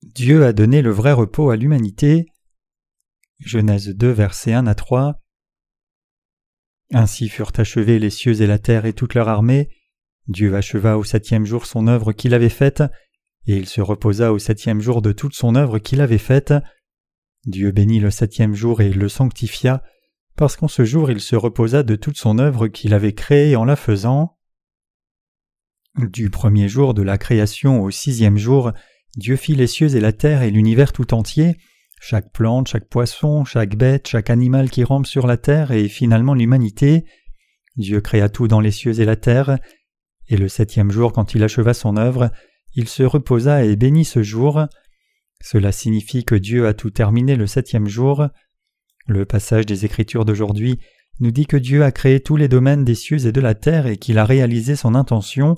Dieu a donné le vrai repos à l'humanité. Genèse 2, versets 1 à 3. Ainsi furent achevés les cieux et la terre et toute leur armée. Dieu acheva au 7e jour son œuvre qu'il avait faite, et il se reposa au 7e jour de toute son œuvre qu'il avait faite. Dieu bénit le 7e jour et il le sanctifia, parce qu'en ce jour il se reposa de toute son œuvre qu'il avait créée en la faisant. Du premier jour de la création au 6e jour, Dieu fit les cieux et la terre et l'univers tout entier, chaque plante, chaque poisson, chaque bête, chaque animal qui rampe sur la terre et finalement l'humanité. Dieu créa tout dans les cieux et la terre, et le 7e jour, quand il acheva son œuvre, il se reposa et bénit ce jour. Cela signifie que Dieu a tout terminé le 7e jour. Le passage des Écritures d'aujourd'hui nous dit que Dieu a créé tous les domaines des cieux et de la terre et qu'il a réalisé son intention.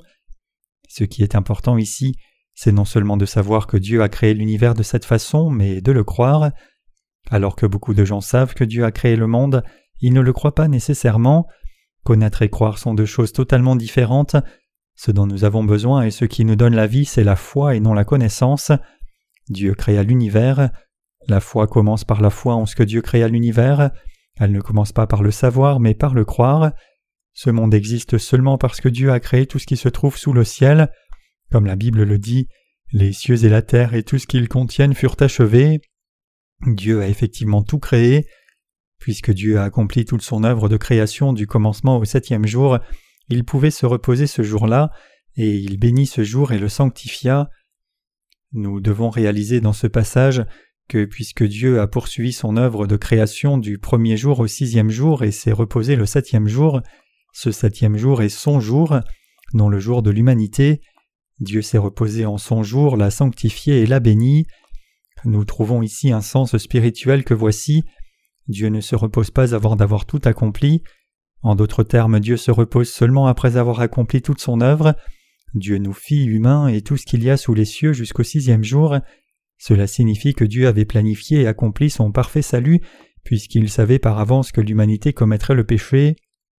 Ce qui est important ici, c'est non seulement de savoir que Dieu a créé l'univers de cette façon, mais de le croire. Alors que beaucoup de gens savent que Dieu a créé le monde, ils ne le croient pas nécessairement. Connaître et croire sont deux choses totalement différentes. Ce dont nous avons besoin et ce qui nous donne la vie, c'est la foi et non la connaissance. Dieu créa l'univers. La foi commence par la foi en ce que Dieu créa l'univers. Elle ne commence pas par le savoir, mais par le croire. Ce monde existe seulement parce que Dieu a créé tout ce qui se trouve sous le ciel. Comme la Bible le dit, les cieux et la terre et tout ce qu'ils contiennent furent achevés. Dieu a effectivement tout créé. Puisque Dieu a accompli toute son œuvre de création du commencement au 7e jour, il pouvait se reposer ce jour-là, et il bénit ce jour et le sanctifia. Nous devons réaliser dans ce passage que puisque Dieu a poursuivi son œuvre de création du premier jour au 6e jour et s'est reposé le 7e jour, ce 7e jour est son jour, non le jour de l'humanité. Dieu s'est reposé en son jour, l'a sanctifié et l'a béni. Nous trouvons ici un sens spirituel que voici. Dieu ne se repose pas avant d'avoir tout accompli. En d'autres termes, Dieu se repose seulement après avoir accompli toute son œuvre. Dieu nous fit humains et tout ce qu'il y a sous les cieux jusqu'au 6e jour. Cela signifie que Dieu avait planifié et accompli son parfait salut, puisqu'il savait par avance que l'humanité commettrait le péché.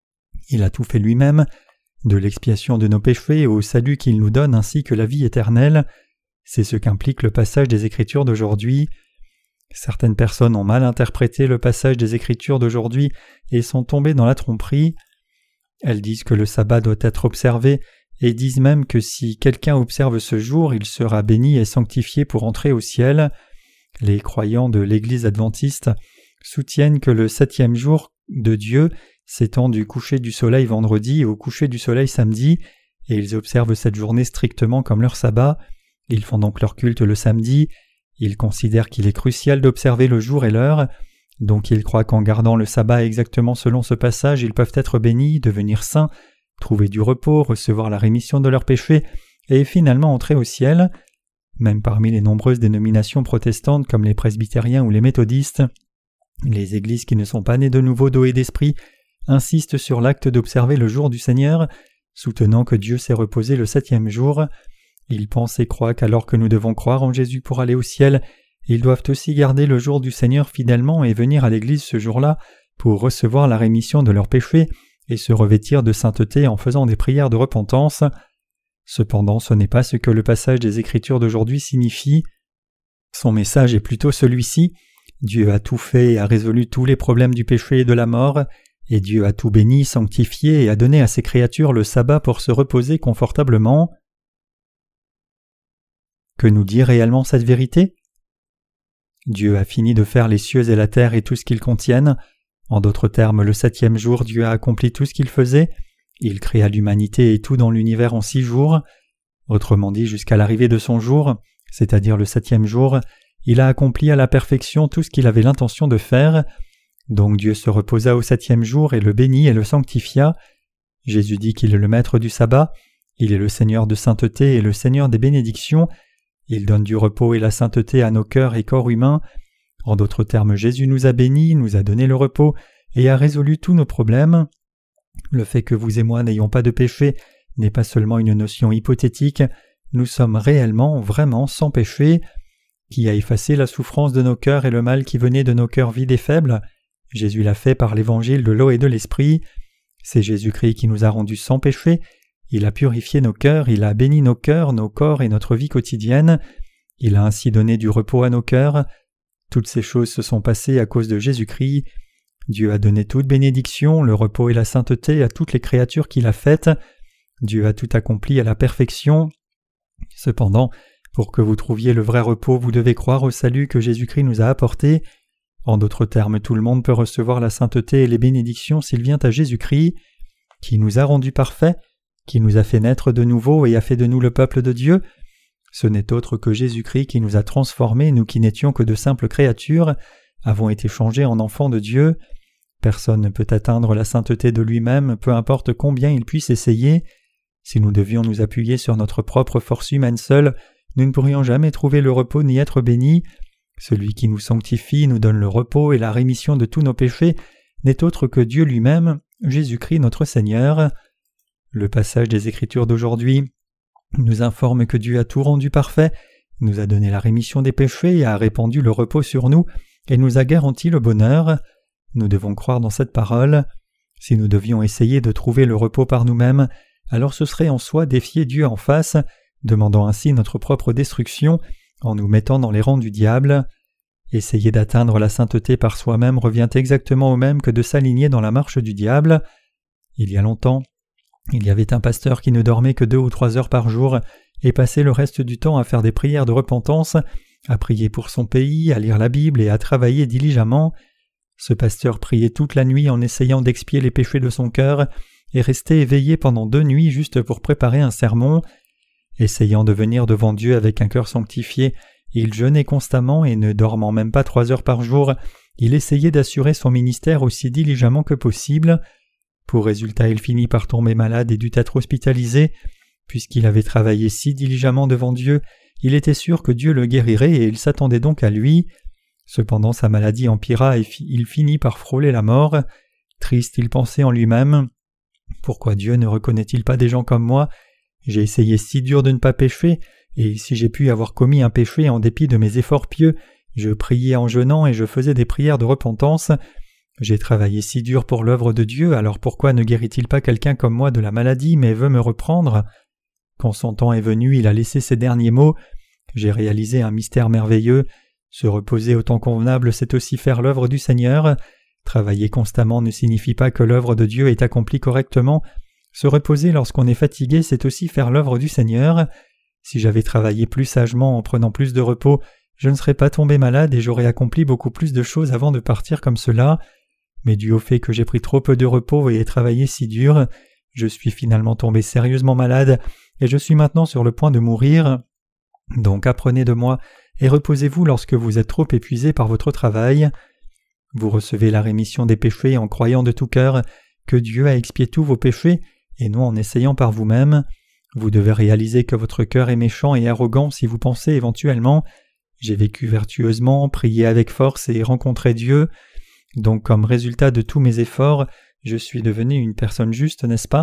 Il a tout fait lui-même, de l'expiation de nos péchés au salut qu'il nous donne ainsi que la vie éternelle. C'est ce qu'implique le passage des Écritures d'aujourd'hui. Certaines personnes ont mal interprété le passage des Écritures d'aujourd'hui et sont tombées dans la tromperie. Elles disent que le sabbat doit être observé et disent même que si quelqu'un observe ce jour, il sera béni et sanctifié pour entrer au ciel. Les croyants de l'Église adventiste soutiennent que le 7e jour de Dieu s'étend du coucher du soleil vendredi au coucher du soleil samedi, et ils observent cette journée strictement comme leur sabbat. Ils font donc leur culte le samedi. Ils considèrent qu'il est crucial d'observer le jour et l'heure, donc ils croient qu'en gardant le sabbat exactement selon ce passage, ils peuvent être bénis, devenir saints, trouver du repos, recevoir la rémission de leurs péchés et finalement entrer au ciel. Même parmi les nombreuses dénominations protestantes comme les presbytériens ou les méthodistes, les églises qui ne sont pas nées de nouveau d'eau et d'esprit insistent sur l'acte d'observer le jour du Seigneur, soutenant que Dieu s'est reposé le 7e jour. Ils pensent et croient qu'alors que nous devons croire en Jésus pour aller au ciel, ils doivent aussi garder le jour du Seigneur fidèlement et venir à l'église ce jour-là pour recevoir la rémission de leurs péchés et se revêtir de sainteté en faisant des prières de repentance. Cependant, ce n'est pas ce que le passage des Écritures d'aujourd'hui signifie. Son message est plutôt celui-ci: Dieu a tout fait et a résolu tous les problèmes du péché et de la mort, et Dieu a tout béni, sanctifié et a donné à ses créatures le sabbat pour se reposer confortablement. Que nous dit réellement cette vérité? Dieu a fini de faire les cieux et la terre et tout ce qu'ils contiennent. En d'autres termes, le 7e jour, Dieu a accompli tout ce qu'il faisait. Il créa l'humanité et tout dans l'univers en 6 jours. Autrement dit, jusqu'à l'arrivée de son jour, c'est-à-dire le 7e jour, il a accompli à la perfection tout ce qu'il avait l'intention de faire. Donc Dieu se reposa au 7e jour et le bénit et le sanctifia. Jésus dit qu'il est le maître du sabbat, il est le Seigneur de sainteté et le Seigneur des bénédictions. Il donne du repos et la sainteté à nos cœurs et corps humains. En d'autres termes, Jésus nous a bénis, nous a donné le repos et a résolu tous nos problèmes. Le fait que vous et moi n'ayons pas de péché n'est pas seulement une notion hypothétique, nous sommes réellement, vraiment sans péché. Qui a effacé la souffrance de nos cœurs et le mal qui venait de nos cœurs vides et faibles? Jésus l'a fait par l'évangile de l'eau et de l'esprit. C'est Jésus-Christ qui nous a rendus sans péché. Il a purifié nos cœurs, il a béni nos cœurs, nos corps et notre vie quotidienne. Il a ainsi donné du repos à nos cœurs. Toutes ces choses se sont passées à cause de Jésus-Christ. Dieu a donné toute bénédiction, le repos et la sainteté à toutes les créatures qu'il a faites. Dieu a tout accompli à la perfection. Cependant, pour que vous trouviez le vrai repos, vous devez croire au salut que Jésus-Christ nous a apporté. En d'autres termes, tout le monde peut recevoir la sainteté et les bénédictions s'il vient à Jésus-Christ, qui nous a rendus parfaits, qui nous a fait naître de nouveau et a fait de nous le peuple de Dieu. Ce n'est autre que Jésus-Christ qui nous a transformés, nous qui n'étions que de simples créatures, avons été changés en enfants de Dieu. Personne ne peut atteindre la sainteté de lui-même, peu importe combien il puisse essayer. Si nous devions nous appuyer sur notre propre force humaine seule, nous ne pourrions jamais trouver le repos ni être bénis. Celui qui nous sanctifie, nous donne le repos et la rémission de tous nos péchés, n'est autre que Dieu lui-même, Jésus-Christ notre Seigneur. Le passage des Écritures d'aujourd'hui nous informe que Dieu a tout rendu parfait, nous a donné la rémission des péchés et a répandu le repos sur nous, et nous a garanti le bonheur. Nous devons croire dans cette parole. Si nous devions essayer de trouver le repos par nous-mêmes, alors ce serait en soi défier Dieu en face, demandant ainsi notre propre destruction, en nous mettant dans les rangs du diable. Essayer d'atteindre la sainteté par soi-même revient exactement au même que de s'aligner dans la marche du diable. Il y a longtemps, il y avait un pasteur qui ne dormait que 2 ou 3 heures par jour et passait le reste du temps à faire des prières de repentance, à prier pour son pays, à lire la Bible et à travailler diligemment. Ce pasteur priait toute la nuit en essayant d'expier les péchés de son cœur et restait éveillé pendant 2 nuits juste pour préparer un sermon. Essayant de venir devant Dieu avec un cœur sanctifié, il jeûnait constamment et ne dormant même pas 3 heures par jour, il essayait d'assurer son ministère aussi diligemment que possible. Pour résultat, il finit par tomber malade et dut être hospitalisé. Puisqu'il avait travaillé si diligemment devant Dieu, il était sûr que Dieu le guérirait et il s'attendait donc à lui. Cependant sa maladie empira et il finit par frôler la mort. Triste, il pensait en lui-même « Pourquoi Dieu ne reconnaît-il pas des gens comme moi ? J'ai essayé si dur de ne pas pécher, et si j'ai pu avoir commis un péché en dépit de mes efforts pieux, je priais en jeûnant et je faisais des prières de repentance. J'ai travaillé si dur pour l'œuvre de Dieu, alors pourquoi ne guérit-il pas quelqu'un comme moi de la maladie, mais veut me reprendre ?» Quand son temps est venu, il a laissé ces derniers mots. J'ai réalisé un mystère merveilleux. Se reposer au temps convenable, c'est aussi faire l'œuvre du Seigneur. Travailler constamment ne signifie pas que l'œuvre de Dieu est accomplie correctement. Se reposer lorsqu'on est fatigué, c'est aussi faire l'œuvre du Seigneur. Si j'avais travaillé plus sagement en prenant plus de repos, je ne serais pas tombé malade et j'aurais accompli beaucoup plus de choses avant de partir comme cela. Mais dû au fait que j'ai pris trop peu de repos et ai travaillé si dur, je suis finalement tombé sérieusement malade et je suis maintenant sur le point de mourir. Donc apprenez de moi et reposez-vous lorsque vous êtes trop épuisé par votre travail. Vous recevez la rémission des péchés en croyant de tout cœur que Dieu a expié tous vos péchés et non en essayant par vous-même. Vous devez réaliser que votre cœur est méchant et arrogant si vous pensez éventuellement « J'ai vécu vertueusement, prié avec force et rencontré Dieu. Donc comme résultat de tous mes efforts, je suis devenu une personne juste, n'est-ce pas ?»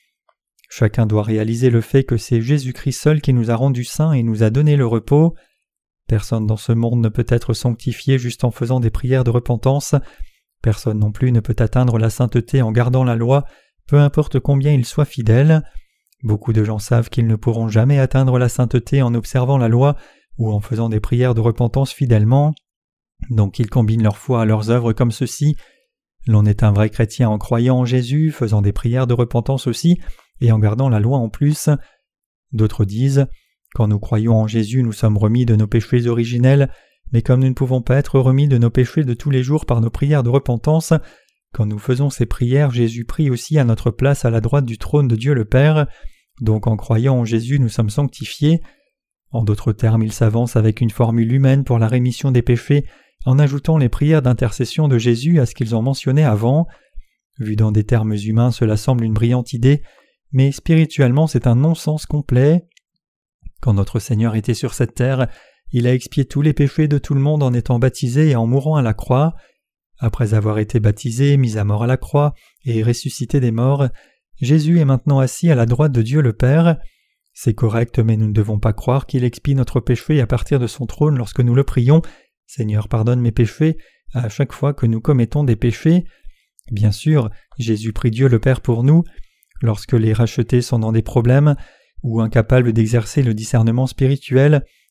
Chacun doit réaliser le fait que c'est Jésus-Christ seul qui nous a rendus saints et nous a donné le repos. Personne dans ce monde ne peut être sanctifié juste en faisant des prières de repentance. Personne non plus ne peut atteindre la sainteté en gardant la loi, peu importe combien il soit fidèle. Beaucoup de gens savent qu'ils ne pourront jamais atteindre la sainteté en observant la loi ou en faisant des prières de repentance fidèlement. Donc ils combinent leur foi à leurs œuvres comme ceci. L'on est un vrai chrétien en croyant en Jésus, faisant des prières de repentance aussi, et en gardant la loi en plus. D'autres disent « Quand nous croyons en Jésus, nous sommes remis de nos péchés originels, mais comme nous ne pouvons pas être remis de nos péchés de tous les jours par nos prières de repentance, quand nous faisons ces prières, Jésus prie aussi à notre place à la droite du trône de Dieu le Père. Donc en croyant en Jésus, nous sommes sanctifiés. » En d'autres termes, ils s'avancent avec une formule humaine pour la rémission des péchés en ajoutant les prières d'intercession de Jésus à ce qu'ils ont mentionné avant. Vu dans des termes humains, cela semble une brillante idée, mais spirituellement c'est un non-sens complet. Quand notre Seigneur était sur cette terre, il a expié tous les péchés de tout le monde en étant baptisé et en mourant à la croix. Après avoir été baptisé, mis à mort à la croix et ressuscité des morts, Jésus est maintenant assis à la droite de Dieu le Père. C'est correct, mais nous ne devons pas croire qu'il expie notre péché à partir de son trône lorsque nous le prions « Seigneur, pardonne mes péchés » à chaque fois que nous commettons des péchés. Bien sûr, Jésus prie Dieu le Père pour nous. Lorsque les rachetés sont dans des problèmes ou incapables d'exercer le discernement spirituel,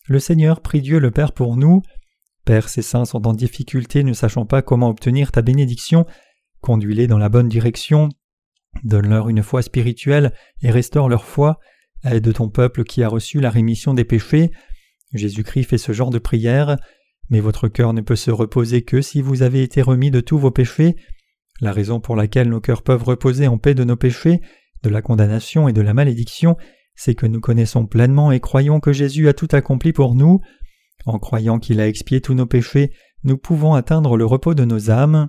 le Seigneur prie Dieu le Père pour nous. Père, ces saints sont en difficulté, ne sachant pas comment obtenir ta bénédiction. Conduis-les dans la bonne direction. Donne-leur une foi spirituelle et restaure leur foi. Aide ton peuple qui a reçu la rémission des péchés. Jésus-Christ fait ce genre de prière. Mais votre cœur ne peut se reposer que si vous avez été remis de tous vos péchés. La raison pour laquelle nos cœurs peuvent reposer en paix de nos péchés, de la condamnation et de la malédiction, c'est que nous connaissons pleinement et croyons que Jésus a tout accompli pour nous. En croyant qu'il a expié tous nos péchés, nous pouvons atteindre le repos de nos âmes.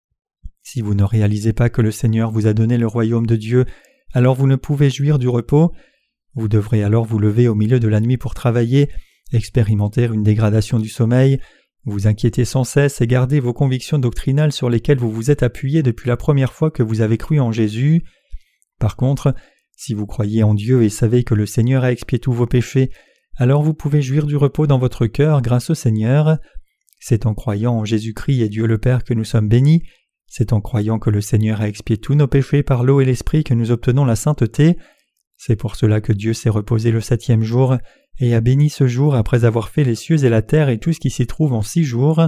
Si vous ne réalisez pas que le Seigneur vous a donné le royaume de Dieu, alors vous ne pouvez jouir du repos. Vous devrez alors vous lever au milieu de la nuit pour travailler, expérimenter une dégradation du sommeil, vous inquiéter sans cesse et garder vos convictions doctrinales sur lesquelles vous vous êtes appuyé depuis la première fois que vous avez cru en Jésus. Par contre, si vous croyez en Dieu et savez que le Seigneur a expié tous vos péchés, alors vous pouvez jouir du repos dans votre cœur grâce au Seigneur. C'est en croyant en Jésus-Christ et Dieu le Père que nous sommes bénis. C'est en croyant que le Seigneur a expié tous nos péchés par l'eau et l'Esprit que nous obtenons la sainteté. C'est pour cela que Dieu s'est reposé le 7e jour et a béni ce jour après avoir fait les cieux et la terre et tout ce qui s'y trouve en 6 jours.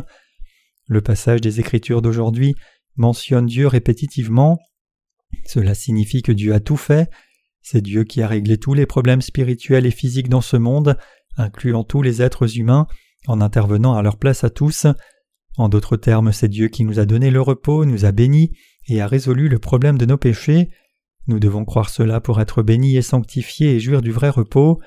Le passage des Écritures d'aujourd'hui mentionne Dieu répétitivement. Cela signifie que Dieu a tout fait. C'est Dieu qui a réglé tous les problèmes spirituels et physiques dans ce monde, incluant tous les êtres humains, en intervenant à leur place à tous. En d'autres termes, c'est Dieu qui nous a donné le repos, nous a bénis et a résolu le problème de nos péchés. Nous devons croire cela pour être bénis et sanctifiés et jouir du vrai repos.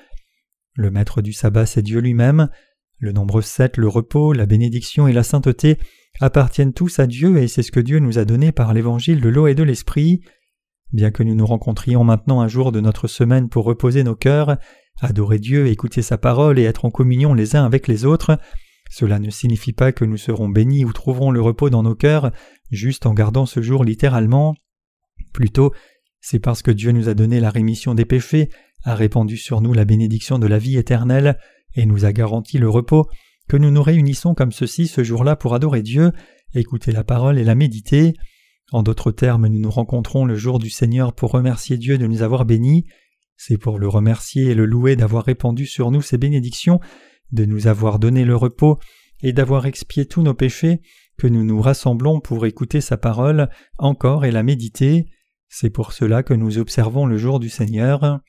Le maître du sabbat, c'est Dieu lui-même. Le nombre 7, le repos, la bénédiction et la sainteté appartiennent tous à Dieu et c'est ce que Dieu nous a donné par l'évangile de l'eau et de l'esprit. Bien que nous nous rencontrions maintenant un jour de notre semaine pour reposer nos cœurs, adorer Dieu, écouter sa parole et être en communion les uns avec les autres, cela ne signifie pas que nous serons bénis ou trouverons le repos dans nos cœurs juste en gardant ce jour littéralement. Plutôt, c'est parce que Dieu nous a donné la rémission des péchés, a répandu sur nous la bénédiction de la vie éternelle et nous a garanti le repos que nous nous réunissons comme ceci ce jour-là pour adorer Dieu, écouter la parole et la méditer. En d'autres termes, nous nous rencontrons le jour du Seigneur pour remercier Dieu de nous avoir bénis. C'est pour le remercier et le louer d'avoir répandu sur nous ses bénédictions, de nous avoir donné le repos et d'avoir expié tous nos péchés que nous nous rassemblons pour écouter sa parole encore et la méditer. C'est pour cela que nous observons le jour du Seigneur.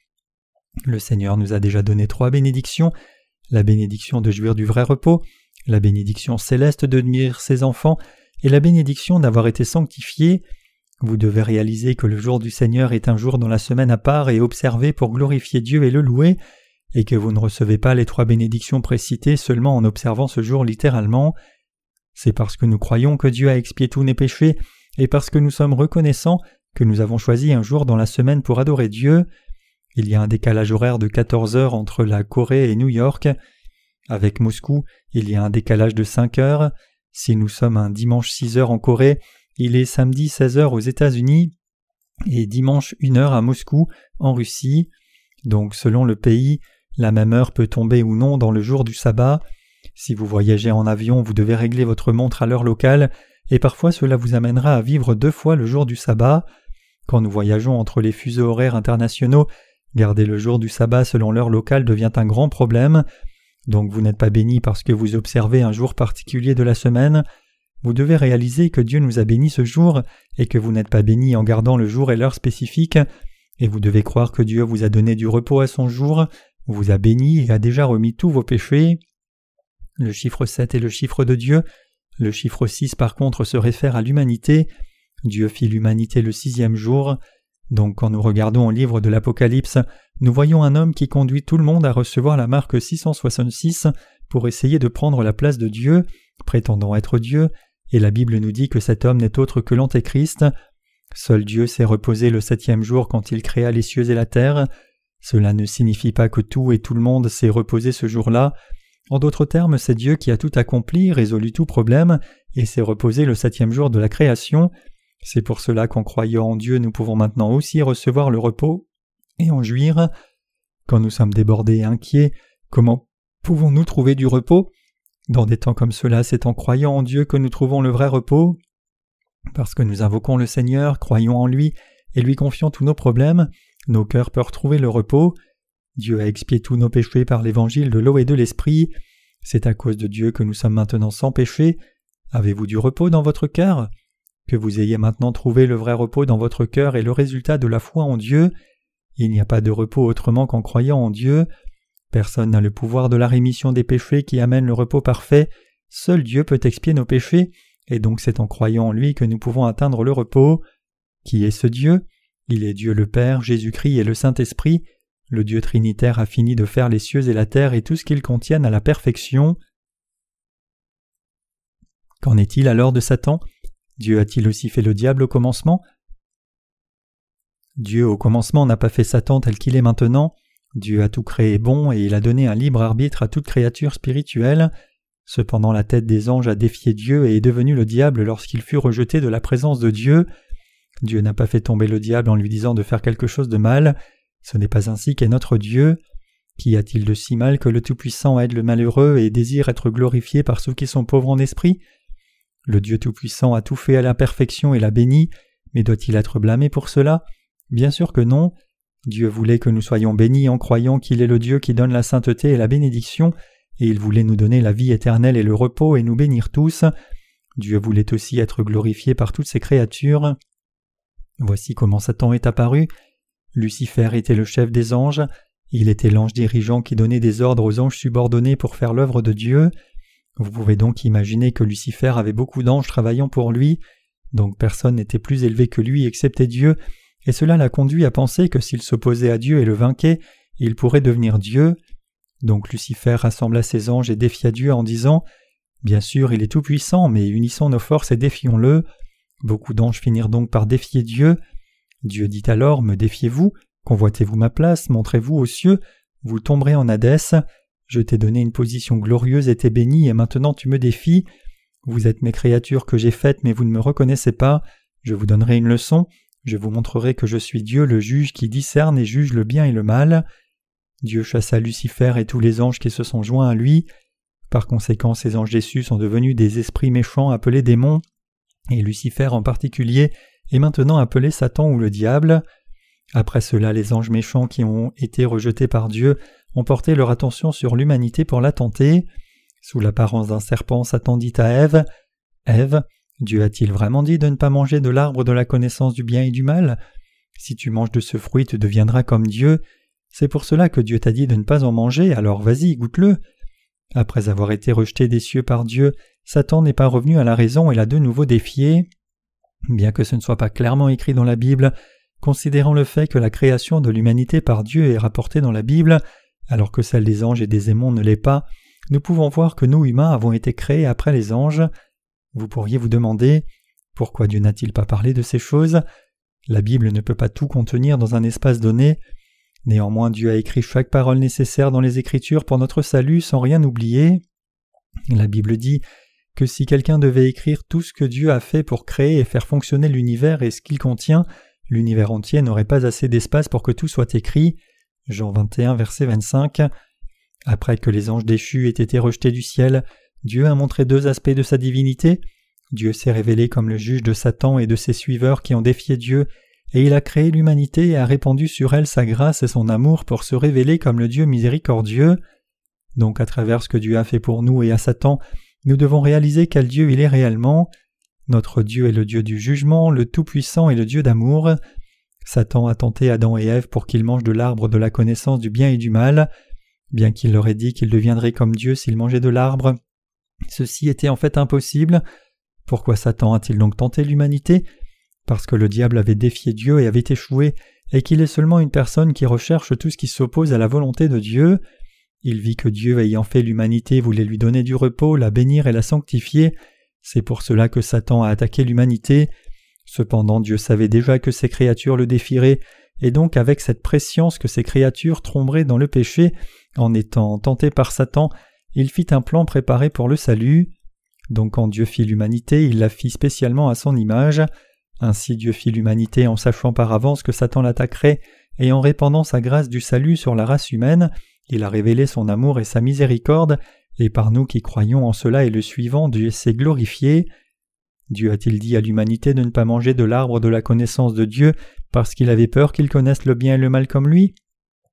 Le Seigneur nous a déjà donné 3 bénédictions, la bénédiction de jouir du vrai repos, la bénédiction céleste de devenir ses enfants et la bénédiction d'avoir été sanctifié. Vous devez réaliser que le jour du Seigneur est un jour dans la semaine à part et observé pour glorifier Dieu et le louer, et que vous ne recevez pas les 3 bénédictions précitées seulement en observant ce jour littéralement. C'est parce que nous croyons que Dieu a expié tous nos péchés et parce que nous sommes reconnaissants que nous avons choisi un jour dans la semaine pour adorer Dieu. Il y a un décalage horaire de 14 heures entre la Corée et New York. Avec Moscou, il y a un décalage de 5 heures. Si nous sommes un dimanche 6 heures en Corée, il est samedi 16 heures aux États-Unis et dimanche 1 heure à Moscou, en Russie. Donc selon le pays, la même heure peut tomber ou non dans le jour du sabbat. Si vous voyagez en avion, vous devez régler votre montre à l'heure locale et parfois cela vous amènera à vivre 2 fois le jour du sabbat. Quand nous voyageons entre les fuseaux horaires internationaux, garder le jour du sabbat selon l'heure locale devient un grand problème. Donc vous n'êtes pas béni parce que vous observez un jour particulier de la semaine. Vous devez réaliser que Dieu nous a bénis ce jour et que vous n'êtes pas béni en gardant le jour et l'heure spécifique. Et vous devez croire que Dieu vous a donné du repos à son jour, vous a béni et a déjà remis tous vos péchés. Le chiffre 7 est le chiffre de Dieu. Le chiffre 6 par contre se réfère à l'humanité. Dieu fit l'humanité le 6e jour. Donc quand nous regardons au livre de l'Apocalypse, nous voyons un homme qui conduit tout le monde à recevoir la marque 666 pour essayer de prendre la place de Dieu, prétendant être Dieu, et la Bible nous dit que cet homme n'est autre que l'Antéchrist. Seul Dieu s'est reposé le 7e jour quand il créa les cieux et la terre. Cela ne signifie pas que tout et tout le monde s'est reposé ce jour-là. En d'autres termes, c'est Dieu qui a tout accompli, résolu tout problème, et s'est reposé le 7e jour de la création. C'est pour cela qu'en croyant en Dieu, nous pouvons maintenant aussi recevoir le repos et en jouir. Quand nous sommes débordés et inquiets, comment pouvons-nous trouver du repos? Dans des temps comme cela, c'est en croyant en Dieu que nous trouvons le vrai repos. Parce que nous invoquons le Seigneur, croyons en lui et lui confions tous nos problèmes, nos cœurs peuvent trouver le repos. Dieu a expié tous nos péchés par l'évangile de l'eau et de l'esprit. C'est à cause de Dieu que nous sommes maintenant sans péché. Avez-vous du repos dans votre cœur ? Que vous ayez maintenant trouvé le vrai repos dans votre cœur est le résultat de la foi en Dieu. Il n'y a pas de repos autrement qu'en croyant en Dieu. Personne n'a le pouvoir de la rémission des péchés qui amène le repos parfait. Seul Dieu peut expier nos péchés, et donc c'est en croyant en lui que nous pouvons atteindre le repos. Qui est ce Dieu ? Il est Dieu le Père, Jésus-Christ et le Saint-Esprit. Le Dieu trinitaire a fini de faire les cieux et la terre et tout ce qu'ils contiennent à la perfection. Qu'en est-il alors de Satan ? Dieu a-t-il aussi fait le diable au commencement ? Dieu au commencement n'a pas fait Satan tel qu'il est maintenant. Dieu a tout créé bon et il a donné un libre arbitre à toute créature spirituelle. Cependant la tête des anges a défié Dieu et est devenue le diable lorsqu'il fut rejeté de la présence de Dieu. Dieu n'a pas fait tomber le diable en lui disant de faire quelque chose de mal. Ce n'est pas ainsi qu'est notre Dieu. Qu'y a-t-il de si mal que le Tout-Puissant aide le malheureux et désire être glorifié par ceux qui sont pauvres en esprit ? Le Dieu Tout-Puissant a tout fait à la perfection et l'a béni, mais doit-il être blâmé pour cela ? Bien sûr que non. Dieu voulait que nous soyons bénis en croyant qu'il est le Dieu qui donne la sainteté et la bénédiction, et il voulait nous donner la vie éternelle et le repos et nous bénir tous. Dieu voulait aussi être glorifié par toutes ses créatures. Voici comment Satan est apparu. Lucifer était le chef des anges. Il était l'ange dirigeant qui donnait des ordres aux anges subordonnés pour faire l'œuvre de Dieu. Vous pouvez donc imaginer que Lucifer avait beaucoup d'anges travaillant pour lui, donc personne n'était plus élevé que lui excepté Dieu, et cela l'a conduit à penser que s'il s'opposait à Dieu et le vainquait, il pourrait devenir Dieu. Donc Lucifer rassembla ses anges et défia Dieu en disant « Bien sûr, il est tout-puissant, mais unissons nos forces et défions-le ». Beaucoup d'anges finirent donc par défier Dieu. Dieu dit alors « Me défiez-vous ? Convoitez-vous ma place ? Montrez-vous aux cieux ? Vous tomberez en Hadès. Je t'ai donné une position glorieuse et t'ai béni, et maintenant tu me défies. Vous êtes mes créatures que j'ai faites, mais vous ne me reconnaissez pas. Je vous donnerai une leçon. Je vous montrerai que je suis Dieu, le juge qui discerne et juge le bien et le mal. » Dieu chassa Lucifer et tous les anges qui se sont joints à lui. Par conséquent, ces anges déçus sont devenus des esprits méchants appelés démons, et Lucifer en particulier est maintenant appelé Satan ou le diable. Après cela, les anges méchants qui ont été rejetés par Dieu ont porté leur attention sur l'humanité pour la tenter. Sous l'apparence d'un serpent, Satan dit à Ève « Ève, Dieu a-t-il vraiment dit de ne pas manger de l'arbre de la connaissance du bien et du mal ? Si tu manges de ce fruit, tu deviendras comme Dieu. C'est pour cela que Dieu t'a dit de ne pas en manger, alors vas-y, goûte-le. » Après avoir été rejeté des cieux par Dieu, Satan n'est pas revenu à la raison et l'a de nouveau défié. Bien que ce ne soit pas clairement écrit dans la Bible, considérant le fait que la création de l'humanité par Dieu est rapportée dans la Bible, alors que celle des anges et des démons ne l'est pas, nous pouvons voir que nous humains avons été créés après les anges. Vous pourriez vous demander « Pourquoi Dieu n'a-t-il pas parlé de ces choses ?» La Bible ne peut pas tout contenir dans un espace donné. Néanmoins, Dieu a écrit chaque parole nécessaire dans les Écritures pour notre salut sans rien oublier. La Bible dit que si quelqu'un devait écrire tout ce que Dieu a fait pour créer et faire fonctionner l'univers et ce qu'il contient, l'univers entier n'aurait pas assez d'espace pour que tout soit écrit. Jean 21, verset 25. Après que les anges déchus aient été rejetés du ciel, Dieu a montré deux aspects de sa divinité. Dieu s'est révélé comme le juge de Satan et de ses suiveurs qui ont défié Dieu, et il a créé l'humanité et a répandu sur elle sa grâce et son amour pour se révéler comme le Dieu miséricordieux. Donc à travers ce que Dieu a fait pour nous et à Satan, nous devons réaliser quel Dieu il est réellement. Notre Dieu est le Dieu du jugement, le Tout-Puissant et le Dieu d'amour. Satan a tenté Adam et Ève pour qu'ils mangent de l'arbre de la connaissance du bien et du mal. Bien qu'il leur ait dit qu'ils deviendraient comme Dieu s'ils mangeaient de l'arbre, ceci était en fait impossible. Pourquoi Satan a-t-il donc tenté l'humanité ? Parce que le diable avait défié Dieu et avait échoué, et qu'il est seulement une personne qui recherche tout ce qui s'oppose à la volonté de Dieu. Il vit que Dieu, ayant fait l'humanité, voulait lui donner du repos, la bénir et la sanctifier. C'est pour cela que Satan a attaqué l'humanité. Cependant, Dieu savait déjà que ses créatures le défieraient, et donc avec cette prescience que ses créatures tomberaient dans le péché, en étant tentées par Satan, il fit un plan préparé pour le salut. Donc quand Dieu fit l'humanité, il la fit spécialement à son image. Ainsi Dieu fit l'humanité en sachant par avance que Satan l'attaquerait, et en répandant sa grâce du salut sur la race humaine, il a révélé son amour et sa miséricorde, et par nous qui croyons en cela et le suivant, Dieu s'est glorifié. Dieu a-t-il dit à l'humanité de ne pas manger de l'arbre de la connaissance de Dieu parce qu'il avait peur qu'ils connaissent le bien et le mal comme lui ?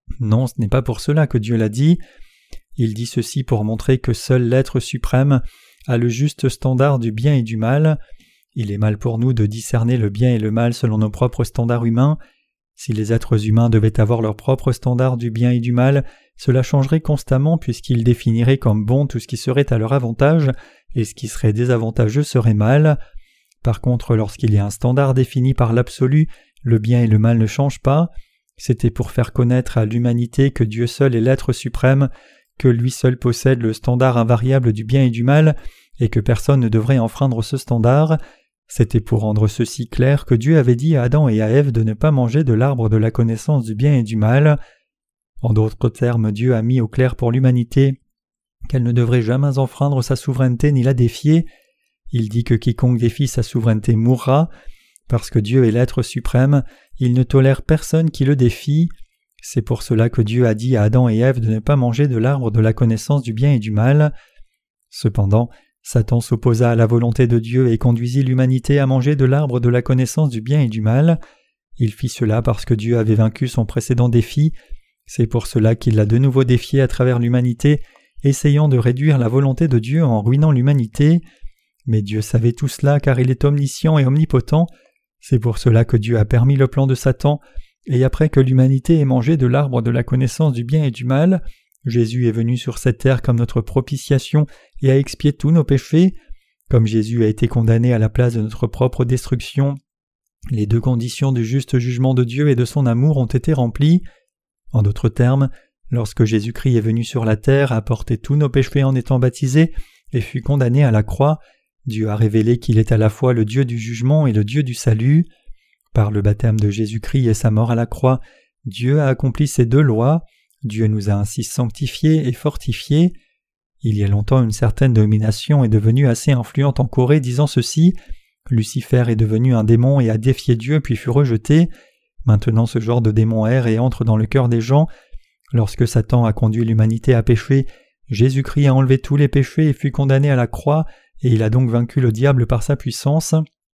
Non, ce n'est pas pour cela que Dieu l'a dit. Il dit ceci pour montrer que seul l'être suprême a le juste standard du bien et du mal. Il est mal pour nous de discerner le bien et le mal selon nos propres standards humains. Si les êtres humains devaient avoir leur propre standard du bien et du mal, cela changerait constamment puisqu'ils définiraient comme bon tout ce qui serait à leur avantage et ce qui serait désavantageux serait mal. Par contre, lorsqu'il y a un standard défini par l'absolu, le bien et le mal ne changent pas. C'était pour faire connaître à l'humanité que Dieu seul est l'être suprême, que lui seul possède le standard invariable du bien et du mal, et que personne ne devrait enfreindre ce standard. C'était pour rendre ceci clair que Dieu avait dit à Adam et à Ève de ne pas manger de l'arbre de la connaissance du bien et du mal. En d'autres termes, Dieu a mis au clair pour l'humanité qu'elle ne devrait jamais enfreindre sa souveraineté ni la défier. Il dit que quiconque défie sa souveraineté mourra. Parce que Dieu est l'être suprême, il ne tolère personne qui le défie. C'est pour cela que Dieu a dit à Adam et Ève de ne pas manger de l'arbre de la connaissance du bien et du mal. Cependant, Satan s'opposa à la volonté de Dieu et conduisit l'humanité à manger de l'arbre de la connaissance du bien et du mal. Il fit cela parce que Dieu avait vaincu son précédent défi. C'est pour cela qu'il l'a de nouveau défié à travers l'humanité, essayant de réduire la volonté de Dieu en ruinant l'humanité. Mais Dieu savait tout cela car il est omniscient et omnipotent. C'est pour cela que Dieu a permis le plan de Satan, et après que l'humanité ait mangé de l'arbre de la connaissance du bien et du mal, Jésus est venu sur cette terre comme notre propitiation et a expié tous nos péchés. Comme Jésus a été condamné à la place de notre propre destruction, les deux conditions du juste jugement de Dieu et de son amour ont été remplies. En d'autres termes, lorsque Jésus-Christ est venu sur la terre, a porté tous nos péchés en étant baptisé et fut condamné à la croix, Dieu a révélé qu'il est à la fois le Dieu du jugement et le Dieu du salut. Par le baptême de Jésus-Christ et sa mort à la croix, Dieu a accompli ces deux lois. Dieu nous a ainsi sanctifiés et fortifiés. Il y a longtemps, une certaine domination est devenue assez influente en Corée, disant ceci: Lucifer est devenu un démon et a défié Dieu puis fut rejeté. Maintenant, ce genre de démon erre et entre dans le cœur des gens. Lorsque Satan a conduit l'humanité à pécher, Jésus-Christ a enlevé tous les péchés et fut condamné à la croix, et il a donc vaincu le diable par sa puissance.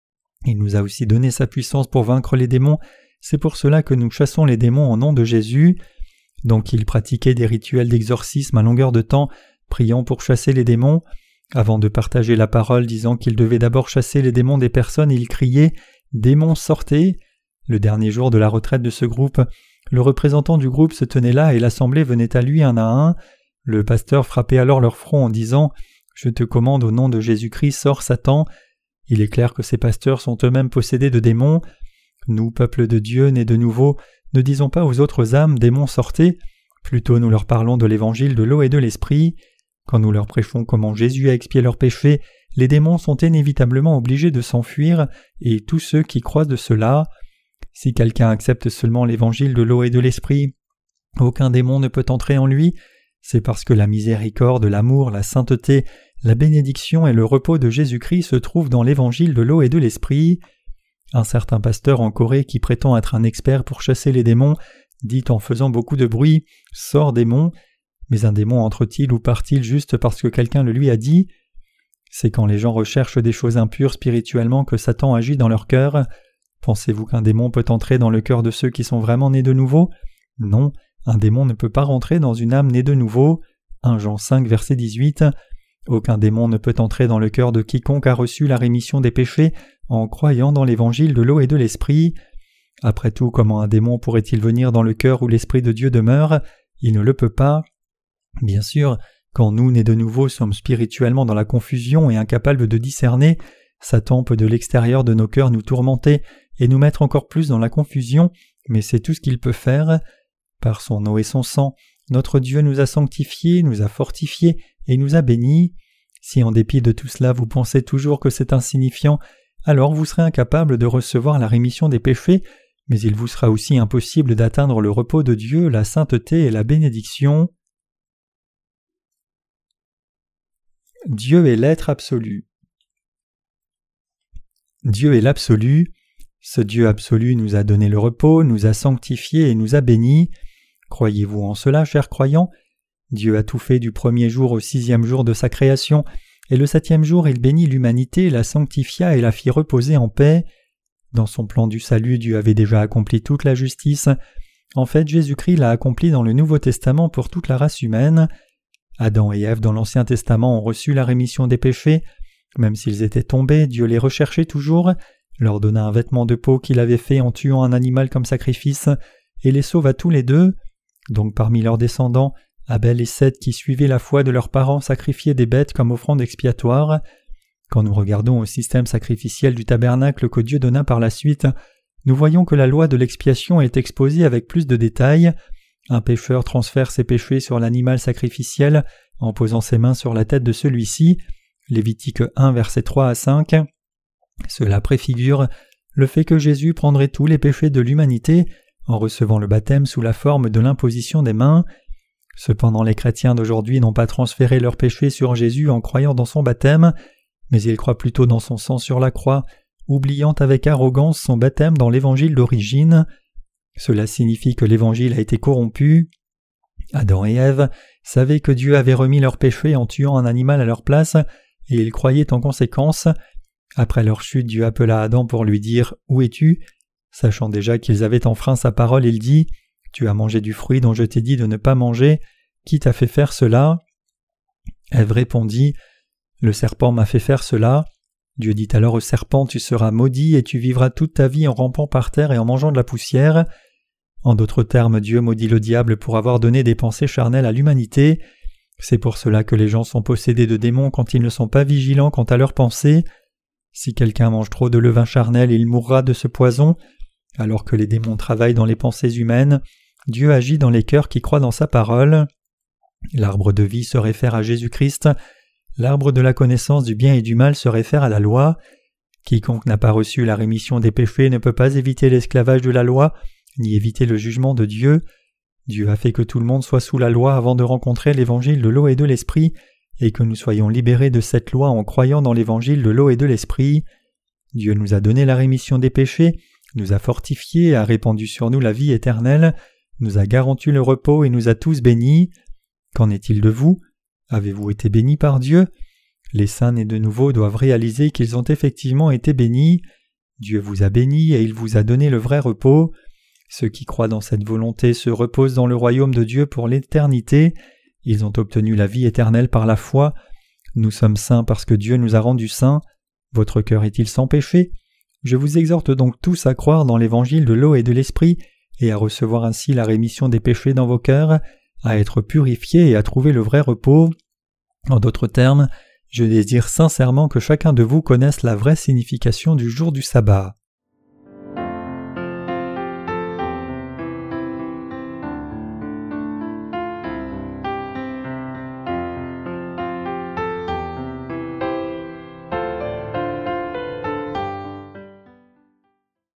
Il nous a aussi donné sa puissance pour vaincre les démons. C'est pour cela que nous chassons les démons au nom de Jésus. Donc il pratiquait des rituels d'exorcisme à longueur de temps, priant pour chasser les démons. Avant de partager la parole disant qu'il devait d'abord chasser les démons des personnes, il criait « Démons, sortez !» Le dernier jour de la retraite de ce groupe, le représentant du groupe se tenait là et l'assemblée venait à lui un à un. Le pasteur frappait alors leur front en disant « Je te commande au nom de Jésus-Christ, sors Satan !» Il est clair que ces pasteurs sont eux-mêmes possédés de démons. Nous, peuple de Dieu, nés de nouveau, ne disons pas aux autres âmes « Démons, sortez !» Plutôt nous leur parlons de l'évangile de l'eau et de l'esprit. Quand nous leur prêchons comment Jésus a expié leurs péchés, les démons sont inévitablement obligés de s'enfuir, et tous ceux qui croient de cela. Si quelqu'un accepte seulement l'évangile de l'eau et de l'esprit, aucun démon ne peut entrer en lui. C'est parce que la miséricorde, l'amour, la sainteté, la bénédiction et le repos de Jésus-Christ se trouvent dans l'évangile de l'eau et de l'esprit. Un certain pasteur en Corée qui prétend être un expert pour chasser les démons dit en faisant beaucoup de bruit « Sors démon !» Mais un démon entre-t-il ou part-il juste parce que quelqu'un le lui a dit? C'est quand les gens recherchent des choses impures spirituellement que Satan agit dans leur cœur. Pensez-vous qu'un démon peut entrer dans le cœur de ceux qui sont vraiment nés de nouveau? Non, un démon ne peut pas rentrer dans une âme née de nouveau. 1 Jean 5, verset 18. Aucun démon ne peut entrer dans le cœur de quiconque a reçu la rémission des péchés en croyant dans l'évangile de l'eau et de l'esprit. Après tout, comment un démon pourrait-il venir dans le cœur où l'Esprit de Dieu demeure? Il ne le peut pas. Bien sûr, quand nous, nés de nouveau, sommes spirituellement dans la confusion et incapables de discerner, Satan peut de l'extérieur de nos cœurs nous tourmenter et nous mettre encore plus dans la confusion, mais c'est tout ce qu'il peut faire. Par son eau et son sang, notre Dieu nous a sanctifiés, nous a fortifiés et nous a bénis. Si en dépit de tout cela vous pensez toujours que c'est insignifiant, alors vous serez incapable de recevoir la rémission des péchés, mais il vous sera aussi impossible d'atteindre le repos de Dieu, la sainteté et la bénédiction. Dieu est l'être absolu. Dieu est l'absolu. Ce Dieu absolu nous a donné le repos, nous a sanctifiés et nous a bénis. Croyez-vous en cela, chers croyants? Dieu a tout fait du premier jour au 6e jour de sa création, et le 7e jour il bénit l'humanité, la sanctifia et la fit reposer en paix. Dans son plan du salut, Dieu avait déjà accompli toute la justice. En fait, Jésus-Christ l'a accompli dans le Nouveau Testament pour toute la race humaine. Adam et Ève dans l'Ancien Testament ont reçu la rémission des péchés. Même s'ils étaient tombés, Dieu les recherchait toujours, leur donna un vêtement de peau qu'il avait fait en tuant un animal comme sacrifice, et les sauva tous les deux. Donc parmi leurs descendants, Abel et Seth qui suivaient la foi de leurs parents sacrifiaient des bêtes comme offrande expiatoire. Quand nous regardons au système sacrificiel du tabernacle que Dieu donna par la suite, nous voyons que la loi de l'expiation est exposée avec plus de détails. Un pécheur transfère ses péchés sur l'animal sacrificiel en posant ses mains sur la tête de celui-ci. Lévitique 1, versets 3 à 5. Cela préfigure le fait que Jésus prendrait tous les péchés de l'humanité en recevant le baptême sous la forme de l'imposition des mains. Cependant, les chrétiens d'aujourd'hui n'ont pas transféré leurs péchés sur Jésus en croyant dans son baptême, mais ils croient plutôt dans son sang sur la croix, oubliant avec arrogance son baptême dans l'évangile d'origine. Cela signifie que l'évangile a été corrompu. Adam et Ève savaient que Dieu avait remis leurs péchés en tuant un animal à leur place, et ils croyaient en conséquence. Après leur chute, Dieu appela Adam pour lui dire « Où es-tu » Sachant déjà qu'ils avaient enfreint sa parole, il dit « Tu as mangé du fruit dont je t'ai dit de ne pas manger. Qui t'a fait faire cela » Ève répondit « Le serpent m'a fait faire cela. » Dieu dit alors au serpent « Tu seras maudit et tu vivras toute ta vie en rampant par terre et en mangeant de la poussière. » En d'autres termes, Dieu maudit le diable pour avoir donné des pensées charnelles à l'humanité. C'est pour cela que les gens sont possédés de démons quand ils ne sont pas vigilants quant à leurs pensées. Si quelqu'un mange trop de levain charnel, il mourra de ce poison. Alors que les démons travaillent dans les pensées humaines, Dieu agit dans les cœurs qui croient dans sa parole. L'arbre de vie se réfère à Jésus-Christ. L'arbre de la connaissance du bien et du mal se réfère à la loi. Quiconque n'a pas reçu la rémission des péchés ne peut pas éviter l'esclavage de la loi, ni éviter le jugement de Dieu. Dieu a fait que tout le monde soit sous la loi avant de rencontrer l'évangile de l'eau et de l'esprit, et que nous soyons libérés de cette loi en croyant dans l'évangile de l'eau et de l'esprit. Dieu nous a donné la rémission des péchés, nous a fortifiés, a répandu sur nous la vie éternelle, nous a garanti le repos et nous a tous bénis. Qu'en est-il de vous ? Avez-vous été bénis par Dieu ? Les saints nés de nouveau doivent réaliser qu'ils ont effectivement été bénis. Dieu vous a bénis et il vous a donné le vrai repos. Ceux qui croient dans cette volonté se reposent dans le royaume de Dieu pour l'éternité. Ils ont obtenu la vie éternelle par la foi. Nous sommes saints parce que Dieu nous a rendus saints. Votre cœur est-il sans péché ? Je vous exhorte donc tous à croire dans l'évangile de l'eau et de l'esprit et à recevoir ainsi la rémission des péchés dans vos cœurs, à être purifiés et à trouver le vrai repos. En d'autres termes, je désire sincèrement que chacun de vous connaisse la vraie signification du jour du sabbat.